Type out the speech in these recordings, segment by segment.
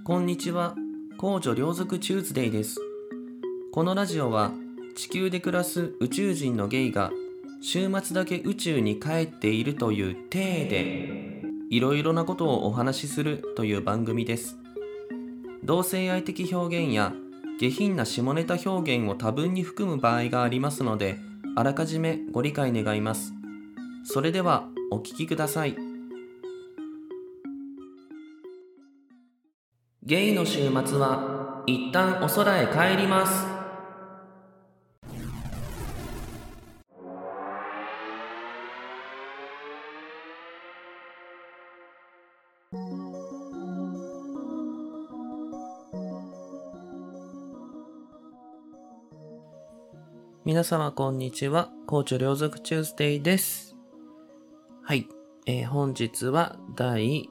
こんにちは。公女両族チューズデイです。このラジオは地球で暮らす宇宙人のゲイが週末だけ宇宙に帰っているという体でいろいろなことをお話しするという番組です。同性愛的表現や下品な下ネタ表現を多分に含む場合がありますので、あらかじめご理解願います。それではお聞きください。ゲイの週末は一旦お空へ帰ります。皆様こんにちは。公女両族チューズデイです。はい、本日は第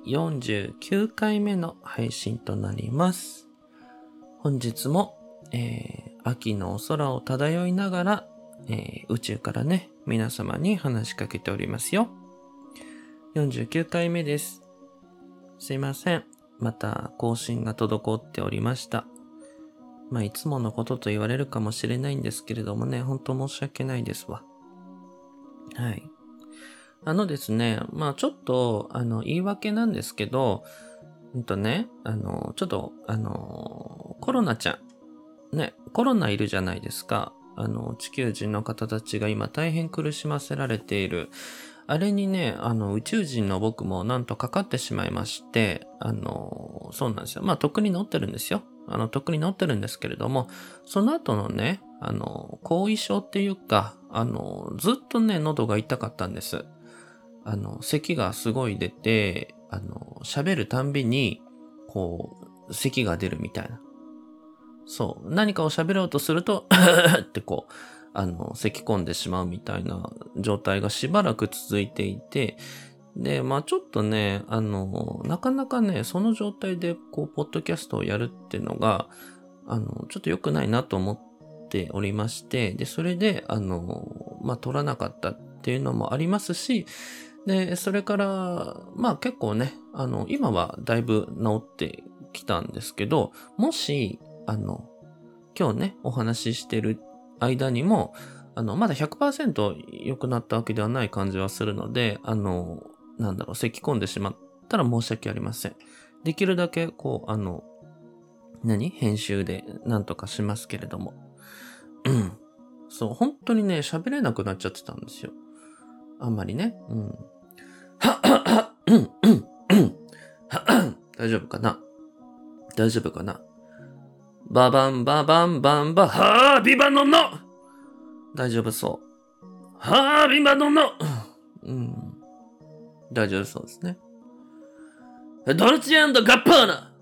49回目の配信となります。本日も、秋のお空を漂いながら、宇宙からね、皆様に話しかけておりますよ。49回目です。すいません。また更新が滞っておりました。いつものことと言われるかもしれないんですけれどもね、本当申し訳ないですわ。はい。ですね、ちょっと、言い訳なんですけど、ちょっと、コロナちゃん、ね、コロナいるじゃないですか。地球人の方たちが今大変苦しませられている。あれにね、宇宙人の僕もなんとかかってしまいまして、そうなんですよ。とっくに治ってるんですよ。とっくに治ってるんですけれども、その後のね、後遺症っていうか、ずっとね、喉が痛かったんです。咳がすごい出て、喋るたんびに、咳が出るみたいな。そう。何かを喋ろうとすると、って咳込んでしまうみたいな状態がしばらく続いていて、で、ちょっとね、なかなかね、その状態で、ポッドキャストをやるっていうのが、ちょっと良くないなと思っておりまして、で、それで、撮らなかったっていうのもありますし、で、それから、結構ね、今はだいぶ治ってきたんですけど、もし、今日ね、お話ししてる間にも、まだ 100% 良くなったわけではない感じはするので、咳込んでしまったら申し訳ありません。できるだけ、編集でなんとかしますけれども。そう、本当にね、喋れなくなっちゃってたんですよ。あんまりね。大丈夫かなババンババンバンバはぁビバノンの大丈夫そう。はぁビバノンの大丈夫そうですね。ドルチェ&ガッパーナ、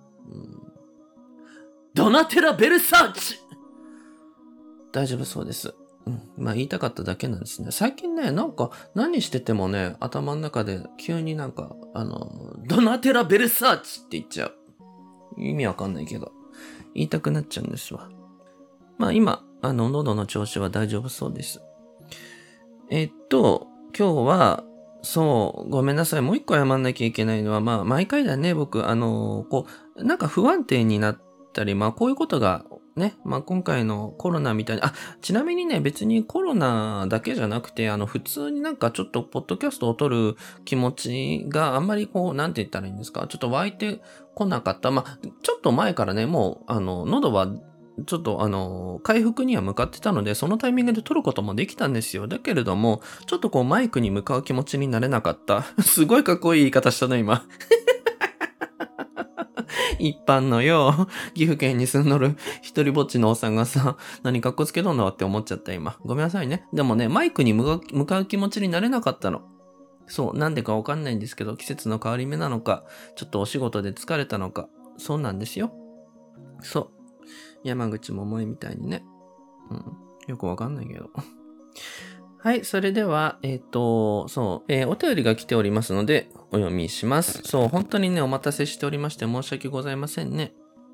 ドナテラ・ベルサーチ大丈夫そうです。言いたかっただけなんですね。最近ね、何しててもね、頭の中で急にドナテラ・ベルサーチって言っちゃう。意味わかんないけど。言いたくなっちゃうんですわ。今、喉の調子は大丈夫そうです。今日は、ごめんなさい。もう一個謝んなきゃいけないのは、毎回だね、僕、不安定になったり、こういうことが、ね、今回のコロナみたいに、ちなみにね、別にコロナだけじゃなくて、普通にちょっと、ポッドキャストを撮る気持ちがあんまりなんて言ったらいいんですか、ちょっと湧いてこなかった。ちょっと前からね、もう、喉は、ちょっと回復には向かってたので、そのタイミングで撮ることもできたんですよ。だけれども、ちょっとマイクに向かう気持ちになれなかった。すごいかっこいい言い方したね、今。一般のよ、岐阜県に住んどる一人ぼっちのおっさんがさ、何かっこつけとんのって思っちゃった今。ごめんなさいね。でもね、マイクに向かう気持ちになれなかったの。そう、なんでかわかんないんですけど、季節の変わり目なのか、ちょっとお仕事で疲れたのか、そうなんですよ。そう。山口百恵みたいにね。よくわかんないけど。はい、それでは、お便りが来ておりますので、お読みします。そう、本当にね、お待たせしておりまして申し訳ございませんね。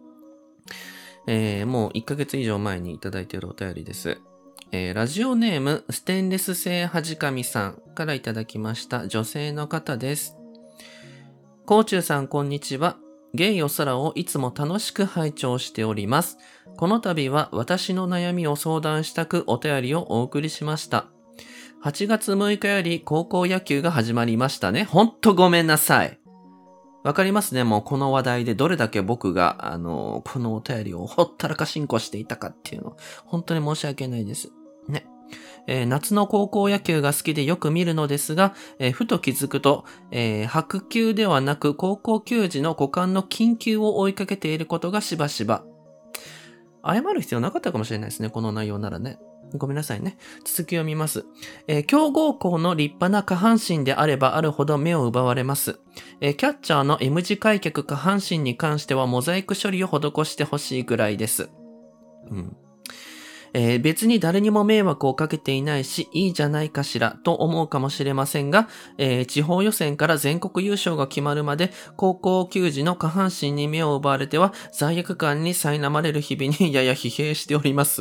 もう1ヶ月以上前にいただいているお便りです。ラジオネーム、ステンレス製はじかみさんからいただきました女性の方です。こうちゅうさん、こんにちは。 ゲイよ空をいつも楽しく拝聴しております。この度は私の悩みを相談したくお便りをお送りしました。8月6日より高校野球が始まりましたね。ほんとごめんなさい。わかりますね。もうこの話題でどれだけ僕が、このお便りをほったらかしんこしていたかっていうの、本当に申し訳ないです。ね。夏の高校野球が好きでよく見るのですが、ふと気づくと、白球ではなく高校球児の股間の緊急を追いかけていることがしばしば。謝る必要なかったかもしれないですね。この内容ならね。ごめんなさいね。続きを見ます。強豪校の立派な下半身であればあるほど目を奪われます。キャッチャーの M 字開脚下半身に関してはモザイク処理を施してほしいぐらいです。別に誰にも迷惑をかけていないし、いいじゃないかしらと思うかもしれませんが、地方予選から全国優勝が決まるまで、高校球児の下半身に目を奪われては、罪悪感に苛まれる日々にやや疲弊しております。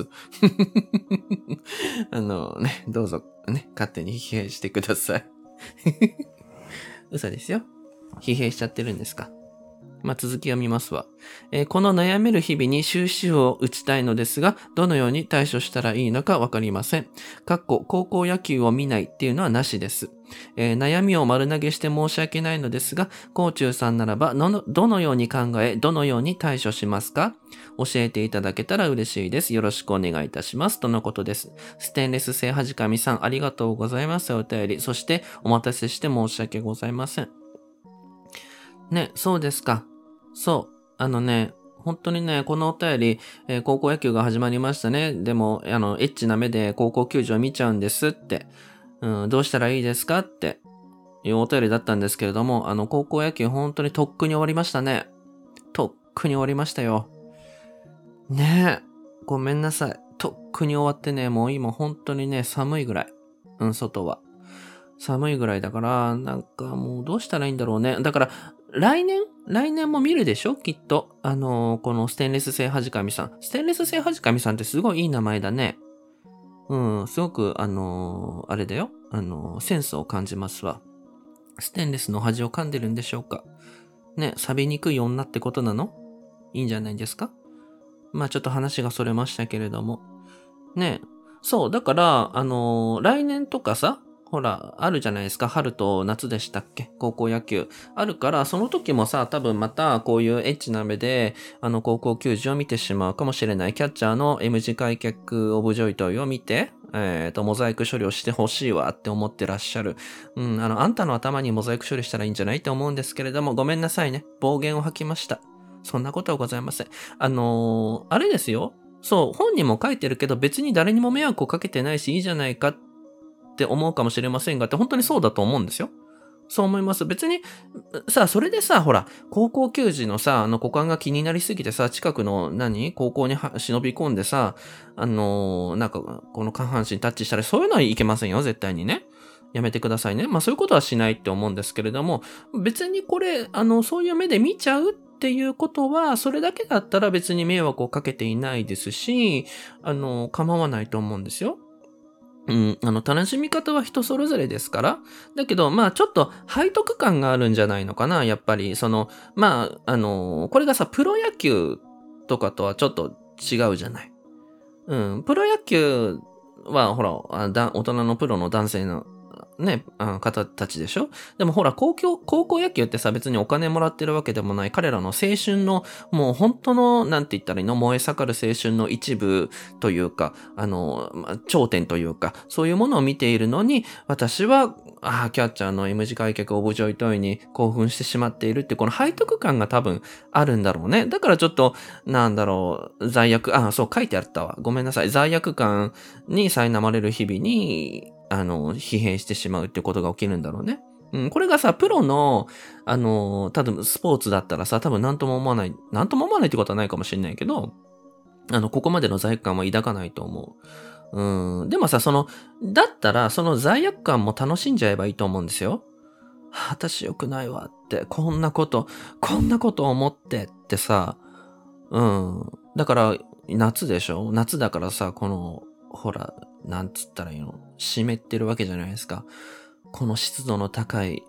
どうぞ、ね、勝手に疲弊してください。嘘ですよ。疲弊しちゃってるんですか。続きを見ますわ。この悩める日々に終止符を打ちたいのですが、どのように対処したらいいのかわかりません。高校野球を見ないっていうのはなしです。悩みを丸投げして申し訳ないのですが、コーチューさんならばどのように考え、どのように対処しますか？教えていただけたら嬉しいです。よろしくお願いいたします。とのことです。ステンレス製はじかみさん、ありがとうございます。お便り。そしてお待たせして申し訳ございません。ね、そうですか。そう。本当にね、このお便り、高校野球が始まりましたね。でも、エッチな目で高校球児を見ちゃうんですって。どうしたらいいですかっていうお便りだったんですけれども、高校野球本当にとっくに終わりましたね。とっくに終わりましたよ。ねえ。ごめんなさい。とっくに終わってね、もう今本当にね、寒いぐらい。外は。寒いぐらいだから、なんかもうどうしたらいいんだろうね。だから、来年も見るでしょきっと。このステンレス製はじかみさん。ステンレス製はじかみさんってすごいいい名前だね。すごく、あれだよ。センスを感じますわ。ステンレスの端を噛んでるんでしょうか。ね、錆びにくい女ってことなの？いいんじゃないですか？ちょっと話がそれましたけれども。ね、そう、だから、来年とかさ、ほら、あるじゃないですか。春と夏でしたっけ？高校野球。あるから、その時もさ、多分またこういうエッチな目で、高校球児を見てしまうかもしれない。キャッチャーの M 字開脚オブジョイトイを見て、モザイク処理をしてほしいわって思ってらっしゃる。あんたの頭にモザイク処理したらいいんじゃないって思うんですけれども、ごめんなさいね。暴言を吐きました。そんなことはございません。あれですよ。そう、本にも書いてるけど別に誰にも迷惑をかけてないしいいじゃないかって思うかもしれませんがって本当にそうだと思うんですよ。そう思います。別に、さ、それでさ、ほら、高校球児のさ、股間が気になりすぎてさ、近くの高校に忍び込んでさ、この下半身タッチしたらそういうのはいけませんよ、絶対にね。やめてくださいね。そういうことはしないって思うんですけれども、別にこれ、そういう目で見ちゃうっていうことは、それだけだったら別に迷惑をかけていないですし、構わないと思うんですよ。楽しみ方は人それぞれですから。だけど、ちょっと背徳感があるんじゃないのかな、やっぱり。これがさ、プロ野球とかとはちょっと違うじゃない。プロ野球は、ほら、大人のプロの男性のね、方たちでしょ？でもほら、高校野球ってさ、別にお金もらってるわけでもない、彼らの青春の、もう本当の、なんて言ったらいいの？燃え盛る青春の一部というか、頂点というか、そういうものを見ているのに、私は、キャッチャーの M 字開脚オブジョイトイに興奮してしまっているって、この背徳感が多分あるんだろうね。だからちょっと、罪悪、そう書いてあったわ。ごめんなさい。罪悪感に苛まれる日々に、疲弊してしまうってことが起きるんだろうね。これがさ、プロの、多分スポーツだったらさ、多分何とも思わないってことはないかもしれないけど、ここまでの罪悪感は抱かないと思う。でもさ、だったら、その罪悪感も楽しんじゃえばいいと思うんですよ。私良くないわって、こんなこと思ってってさ、だから、夏でしょ？夏だからさ、ほら、なんつったらいいの？湿ってるわけじゃないですか。この湿度の高い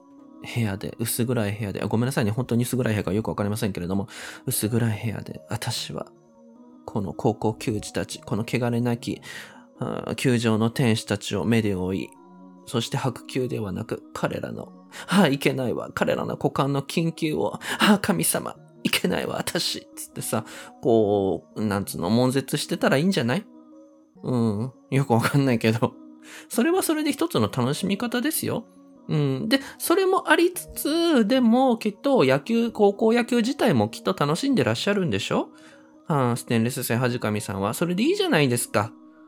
部屋で、薄暗い部屋で、ごめんなさいね、本当に薄暗い部屋かよくわかりませんけれども、薄暗い部屋で、私は、この高校球児たち、この汚れなき、球場の天使たちを目で追い、そして白球ではなく、彼らの、いけないわ、彼らの股間の緊急を、神様、いけないわ、私、つってさ、こう、なんつうの、悶絶してたらいいんじゃない？よくわかんないけど。それはそれで一つの楽しみ方ですよ。で、それもありつつ、でもきっと高校野球自体もきっと楽しんでらっしゃるんでしょ？ステンレス製はじかみさんは。それでいいじゃないですか。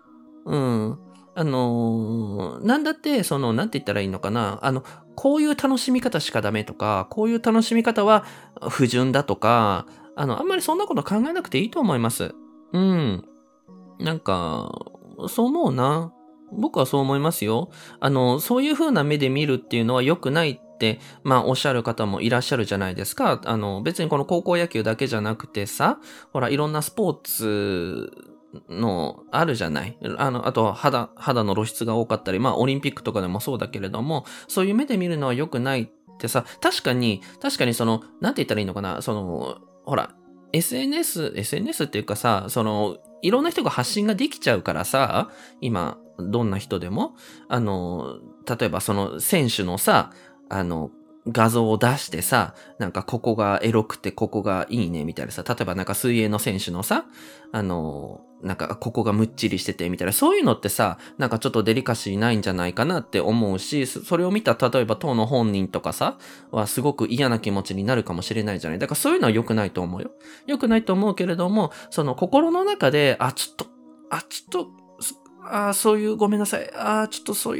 なんだって、なんて言ったらいいのかな。こういう楽しみ方しかダメとか、こういう楽しみ方は不純だとか、あんまりそんなこと考えなくていいと思います。なんか、そう思うな。僕はそう思いますよ。そういう風な目で見るっていうのは良くないって、おっしゃる方もいらっしゃるじゃないですか。別にこの高校野球だけじゃなくてさ、ほら、いろんなスポーツのあるじゃない。あと肌の露出が多かったり、オリンピックとかでもそうだけれども、そういう目で見るのは良くないってさ、確かになんて言ったらいいのかな、ほら、SNS っていうかさ、いろんな人が発信ができちゃうからさ、今、どんな人でも、例えば選手のさ、画像を出してさ、なんかここがエロくてここがいいねみたいなさ、例えばなんか水泳の選手のさ、なんかここがむっちりしててみたいな、そういうのってさ、なんかちょっとデリカシーないんじゃないかなって思うし、それを見た例えば当の本人とかさ、はすごく嫌な気持ちになるかもしれないじゃない。だからそういうのは良くないと思うよ。良くないと思うけれども、心の中で、そういう、ごめんなさい。ちょっとそういう、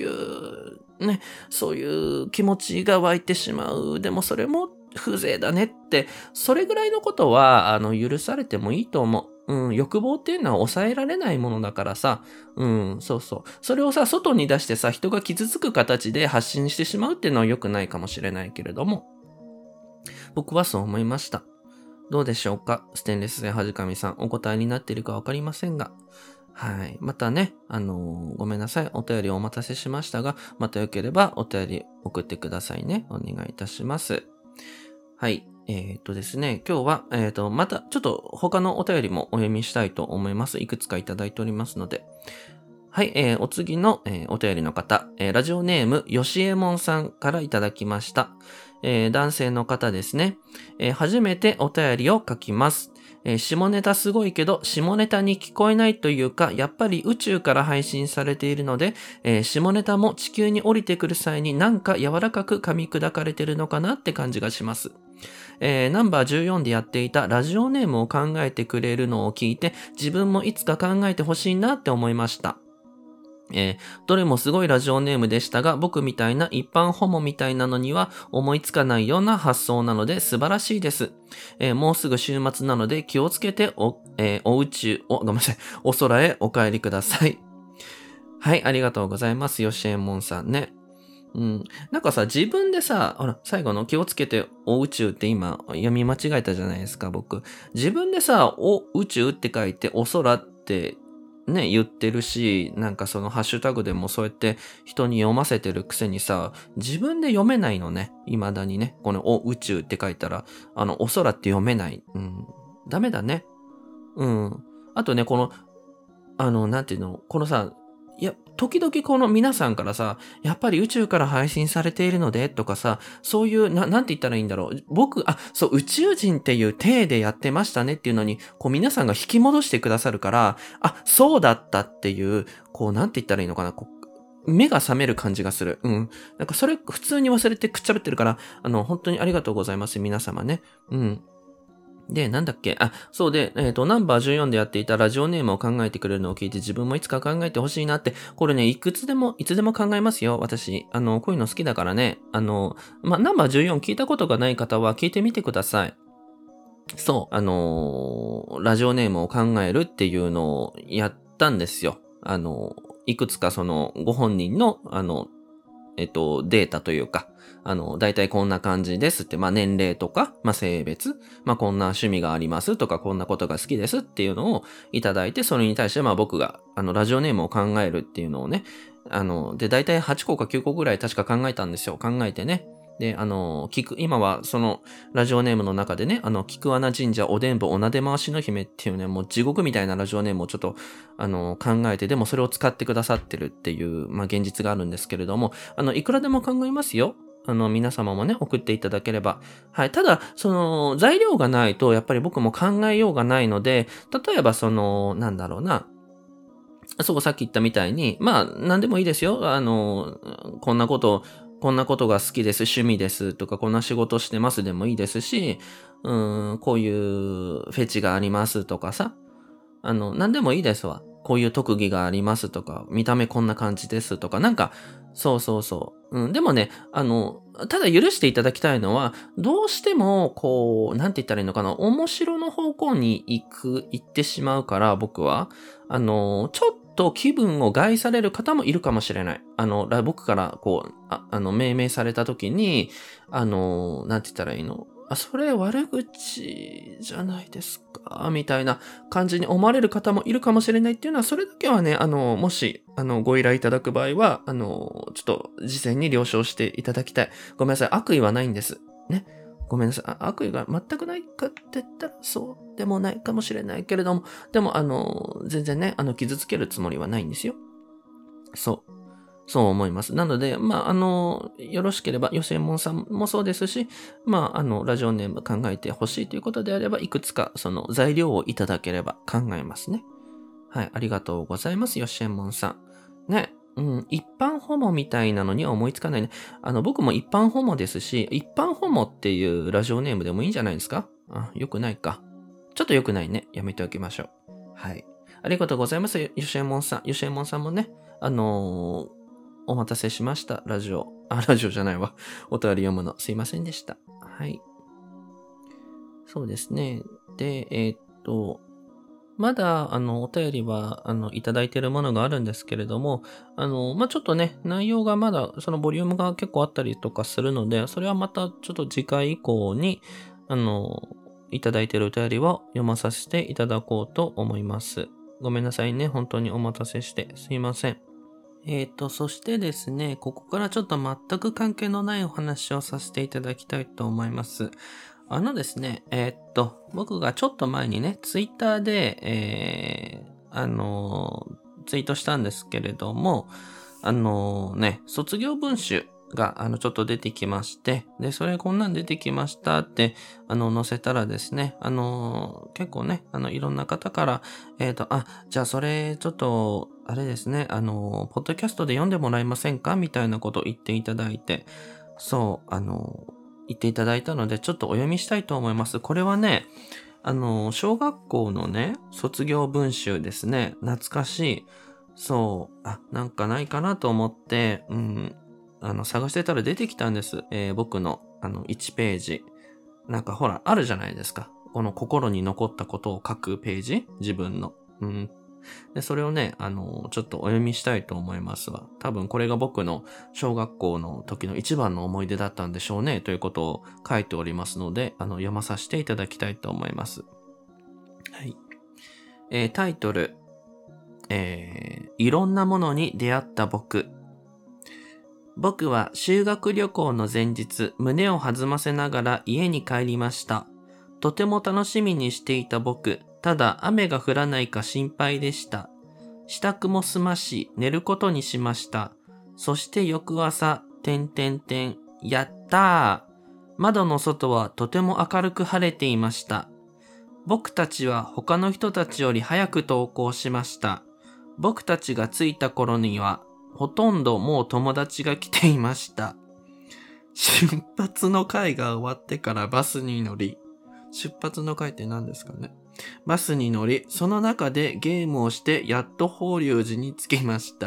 ね、そういう気持ちが湧いてしまう。でもそれも風情だねって、それぐらいのことは、許されてもいいと思う。欲望っていうのは抑えられないものだからさ、そうそう。それをさ、外に出してさ、人が傷つく形で発信してしまうっていうのは良くないかもしれないけれども、僕はそう思いました。どうでしょうか？ステンレス製はじかみさん、お答えになっているかわかりませんが、はい。またね、ごめんなさい。お便りお待たせしましたが、またよければお便り送ってくださいね。お願いいたします。はい。ですね、今日は、またちょっと他のお便りもお読みしたいと思います。いくつかいただいておりますので。はい、お次の、お便りの方、ラジオネーム、よしえもんさんからいただきました。男性の方ですね。初めてお便りを書きます。下ネタすごいけど、下ネタに聞こえないというか、やっぱり宇宙から配信されているので、下ネタも地球に降りてくる際になんか柔らかく噛み砕かれてるのかなって感じがします。ナンバー14でやっていたラジオネームを考えてくれるのを聞いて、自分もいつか考えてほしいなって思いました。どれもすごいラジオネームでしたが、僕みたいな一般ホモみたいなのには思いつかないような発想なので素晴らしいです。もうすぐ週末なので気をつけてごめんなさい、お空へお帰りください。はい、ありがとうございます。よしえもんさんね。なんかさ、自分でさ、ほら、最後の気をつけてお宇宙って今読み間違えたじゃないですか、僕。自分でさ、お宇宙って書いてお空ってね、言ってるし、なんかハッシュタグでもそうやって人に読ませてるくせにさ、自分で読めないのね。未だにね。このお宇宙って書いたら、お空って読めない。ダメだね。あとね、なんていうの、このさ、いや、時々この皆さんからさ、やっぱり宇宙から配信されているので、とかさ、そういう、なんて言ったらいいんだろう。そう、宇宙人っていう体でやってましたねっていうのに、こう皆さんが引き戻してくださるから、そうだったっていう、なんて言ったらいいのかな、目が覚める感じがする。なんかそれ普通に忘れてくっちゃべってるから、本当にありがとうございます、皆様ね。で、なんだっけそうで、ナンバー14でやっていたラジオネームを考えてくれるのを聞いて自分もいつか考えてほしいなって、これね、いつでも考えますよ、私。こういうの好きだからね。ナンバー14聞いたことがない方は聞いてみてください。そう、ラジオネームを考えるっていうのをやったんですよ。いくつかご本人の、データというか、だいたいこんな感じですって、年齢とか、性別、こんな趣味がありますとか、こんなことが好きですっていうのをいただいて、それに対して僕が、ラジオネームを考えるっていうのをね、で、だいたい8個か9個ぐらい確か考えたんですよ。考えてね。 で、今はそのラジオネームの中でね、菊穴神社おでんぶおなで回しの姫っていうね、もう地獄みたいなラジオネームをちょっと、考えて、でもそれを使ってくださってるっていう、現実があるんですけれども、いくらでも考えますよ。皆様もね、送っていただければ。はい。ただ、材料がないと、やっぱり僕も考えようがないので、例えばなんだろうな。そう、さっき言ったみたいに、何でもいいですよ。こんなことが好きです、趣味ですとか、こんな仕事してますでもいいですし、こういうフェチがありますとかさ、何でもいいですわ。こういう特技がありますとか、見た目こんな感じですとか、そうそうそう。でもね、ただ許していただきたいのは、どうしても、なんて言ったらいいのかな、面白の方向に行ってしまうから、僕は、ちょっと気分を害される方もいるかもしれない。僕から、命名された時に、なんて言ったらいいの？それ悪口じゃないですかみたいな感じに思われる方もいるかもしれないっていうのは、それだけはね、もし、ご依頼いただく場合は、ちょっと、事前に了承していただきたい。ごめんなさい。悪意はないんです。ね。ごめんなさい。悪意が全くないかって言ったら、そうでもないかもしれないけれども、でも、全然ね、傷つけるつもりはないんですよ。そう思います。なので、よろしければ、よせもんさんもそうですし、ラジオネーム考えてほしいということであれば、いくつか、材料をいただければ考えますね。はい、ありがとうございます、よしえもんさん。ね、一般ホモみたいなのには思いつかないね。僕も一般ホモですし、一般ホモっていうラジオネームでもいいんじゃないですか？よくないか。ちょっとよくないね。やめておきましょう。はい。ありがとうございます、よしえもんさん。よしえもんさんもね、お待たせしました。ラジオじゃないわ。お便り読むの。すいませんでした。はい。そうですね。で、まだ、お便りは、いただいているものがあるんですけれども、ちょっとね、内容がまだ、そのボリュームが結構あったりとかするので、それはまた、ちょっと次回以降に、いただいているお便りを読まさせていただこうと思います。ごめんなさいね。本当にお待たせして。すいません。そしてですね、ここからちょっと全く関係のないお話をさせていただきたいと思います。ですね、僕がちょっと前にね、ツイッターで、ツイートしたんですけれども、卒業文集が、ちょっと出てきまして、で、それこんなん出てきましたって、載せたらですね、結構ね、いろんな方から、じゃあそれ、ちょっと、あれですね、ポッドキャストで読んでもらえませんかみたいなことを言っていただいて、そう、言っていただいたので、ちょっとお読みしたいと思います。これはね、小学校のね、卒業文集ですね。懐かしい。そう、なんかないかなと思って、探してたら出てきたんです。僕の、1ページ。なんかほら、あるじゃないですか。この心に残ったことを書くページ？自分の。で、それをね、ちょっとお読みしたいと思いますわ。多分これが僕の小学校の時の一番の思い出だったんでしょうね、ということを書いておりますので、読まさせていただきたいと思います。はい。タイトル、いろんなものに出会った僕。僕は修学旅行の前日、胸を弾ませながら家に帰りました。とても楽しみにしていた僕。ただ雨が降らないか心配でした。支度も済まし寝ることにしました。そして翌朝、やったー。窓の外はとても明るく晴れていました。僕たちは他の人たちより早く登校しました。僕たちが着いた頃にはほとんどもう友達が来ていました。出発の会が終わってからバスに乗り、出発の会って何ですかね。バスに乗り、その中でゲームをしてやっと法隆寺に着きました。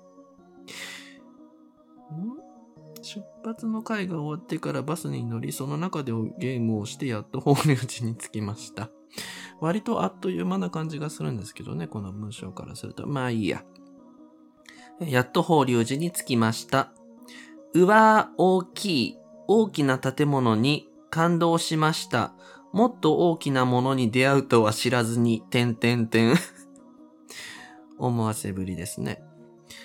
出発の会が終わってからバスに乗り、その中でゲームをしてやっと法隆寺に着きました。割とあっという間な感じがするんですけどね、この文章からすると。まあいいや。やっと法隆寺に着きました。うわー、大きな建物に感動しました。もっと大きなものに出会うとは知らずに、思わせぶりですね。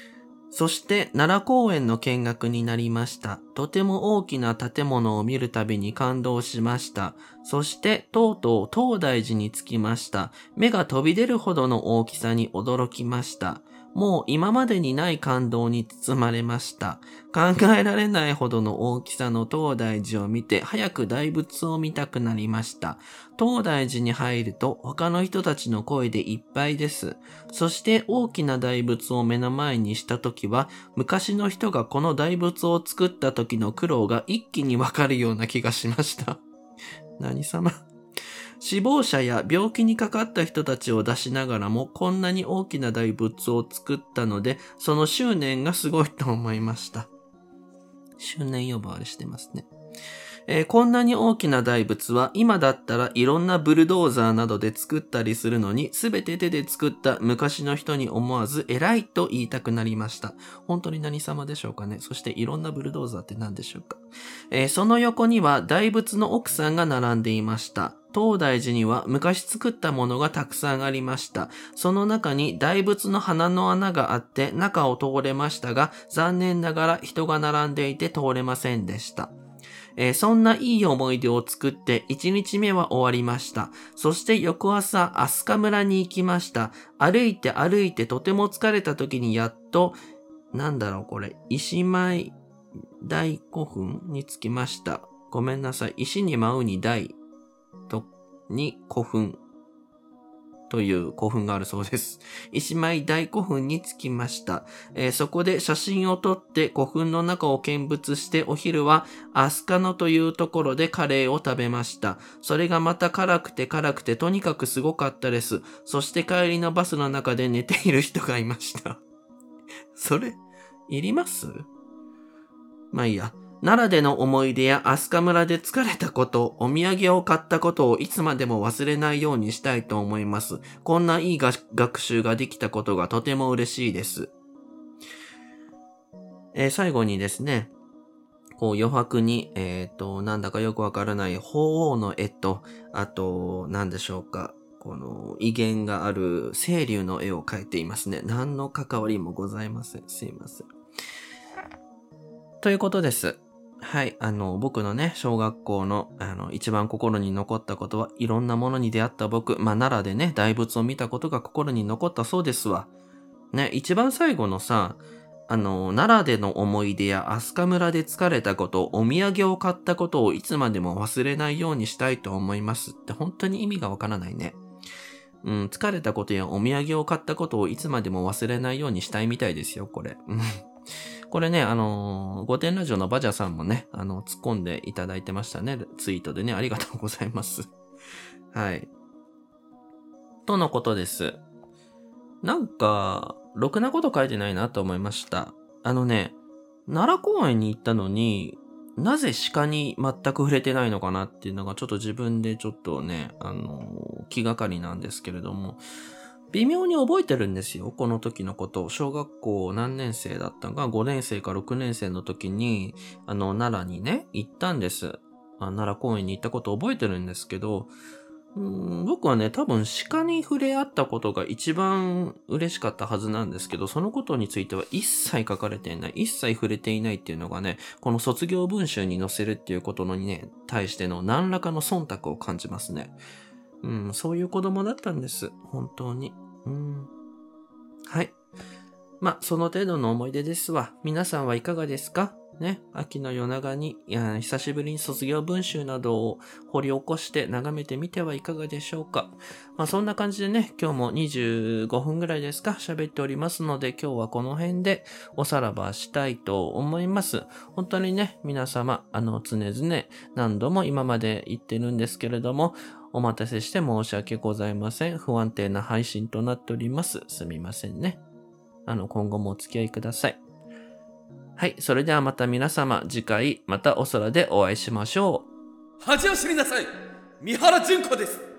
そして奈良公園の見学になりました。とても大きな建物を見るたびに感動しました。そしてとうとう東大寺に着きました。目が飛び出るほどの大きさに驚きました。もう今までにない感動に包まれました。考えられないほどの大きさの東大寺を見て早く大仏を見たくなりました。東大寺に入ると他の人たちの声でいっぱいです。そして大きな大仏を目の前にしたときは、昔の人がこの大仏を作った時の苦労が一気にわかるような気がしました。何様。死亡者や病気にかかった人たちを出しながらもこんなに大きな大仏を作ったので、その執念がすごいと思いました。執念呼ばわりしてますね。こんなに大きな大仏は今だったらいろんなブルドーザーなどで作ったりするのに、すべて手で作った昔の人に思わず偉いと言いたくなりました。本当に何様でしょうかね。そしていろんなブルドーザーって何でしょうか。その横には大仏の奥さんが並んでいました。東大寺には昔作ったものがたくさんありました。その中に大仏の鼻の穴があって中を通れましたが、残念ながら人が並んでいて通れませんでした。そんないい思い出を作って1日目は終わりました。そして翌朝、飛鳥村に行きました。歩いてとても疲れた時にやっと、石舞大古墳に着きました。ごめんなさい。石に舞うに大に古墳という古墳があるそうです。石舞大古墳に着きました。そこで写真を撮って古墳の中を見物してお昼は飛鳥野というところでカレーを食べました。それがまた辛くてとにかくすごかったです。そして帰りのバスの中で寝ている人がいました。それ、いります？まあいいや。奈良での思い出や飛鳥村で疲れたこと、お土産を買ったことをいつまでも忘れないようにしたいと思います。こんないい学習ができたことがとても嬉しいです。最後にですね、余白に、なんだかよくわからない鳳凰の絵と、あと、なんでしょうか。この威厳がある清流の絵を描いていますね。何の関わりもございません。すいません。ということです。はい。僕のね、小学校の、一番心に残ったことは、いろんなものに出会った僕、奈良でね、大仏を見たことが心に残ったそうですわ。ね、一番最後のさ、奈良での思い出や飛鳥村で疲れたこと、お土産を買ったことをいつまでも忘れないようにしたいと思いますって本当に意味がわからないね。疲れたことやお土産を買ったことをいつまでも忘れないようにしたいみたいですよ、これ。これね、御殿ラジオのバジャさんもね、突っ込んでいただいてましたね。ツイートでね、ありがとうございます。はい。とのことです。なんか、ろくなこと書いてないなと思いました。奈良公園に行ったのに、なぜ鹿に全く触れてないのかなっていうのがちょっと自分でちょっとね、気がかりなんですけれども、微妙に覚えてるんですよ、この時のことを。小学校何年生だったか、5年生か6年生の時に、奈良にね、行ったんです。奈良公園に行ったことを覚えてるんですけど、僕はね、多分鹿に触れ合ったことが一番嬉しかったはずなんですけど、そのことについては一切書かれていない、一切触れていないっていうのがね、この卒業文集に載せるっていうことにね、対しての何らかの忖度を感じますね。そういう子供だったんです。本当に。はい。その程度の思い出ですわ。皆さんはいかがですかね。秋の夜長に、久しぶりに卒業文集などを掘り起こして眺めてみてはいかがでしょうか。そんな感じでね、今日も25分ぐらいですか、喋っておりますので、今日はこの辺でおさらばしたいと思います。本当にね、皆様、常々何度も今まで言ってるんですけれども、お待たせして申し訳ございません。不安定な配信となっております。すみませんね。今後もお付き合いください。はい、それではまた皆様、次回またお空でお会いしましょう。 恥を知りなさい。三原純子です。